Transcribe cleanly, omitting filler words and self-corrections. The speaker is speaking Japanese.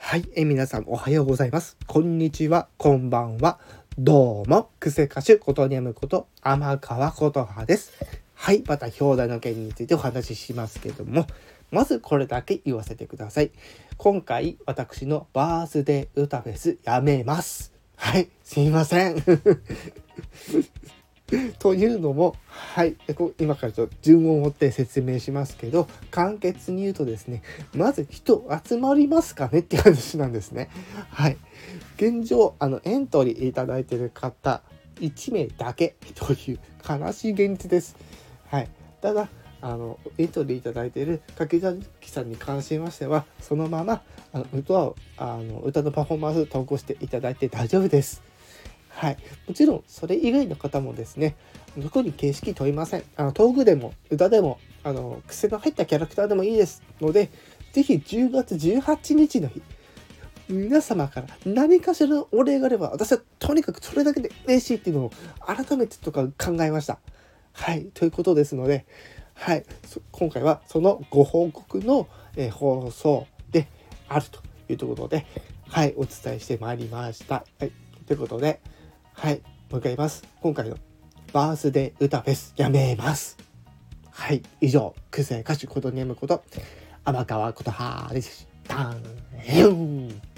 はい、皆さんおはようございます。こんにちは、こんばんは。どうも、クセ歌手ことにゃむこと天川琴葉です。はい、また表題の件についてお話ししますけども、まずこれだけ言わせてください。今回、私のバースデー歌フェスやめます。はい、すいません。というのも、はい、今からちょっと順を追って説明しますけど、簡潔に言うとですね、まず人集まりますかねっていう話なんですね。はい。現状、エントリーいただいている方、1名だけという悲しい現実です。はい。ただ、エントリーいただいている柿崎さんに関しましては、そのまま、歌のパフォーマンス投稿していただいて大丈夫です。はい、もちろんそれ以外の方もですね、特に形式問いません。道具でも歌でも癖の入ったキャラクターでもいいですので、ぜひ10月18日の日、皆様から何かしらのお礼があれば、私はとにかくそれだけで嬉しいっていうのを改めてとか考えました。はい、ということですので、はい、今回はそのご報告の、放送であるというところで、はい、お伝えしてまいりました。はい、ということで、はい、もう一回言います。今回のバースデー歌フェスやめます。はい、以上、クセ歌手ことにゃむこと天川琴葉でした。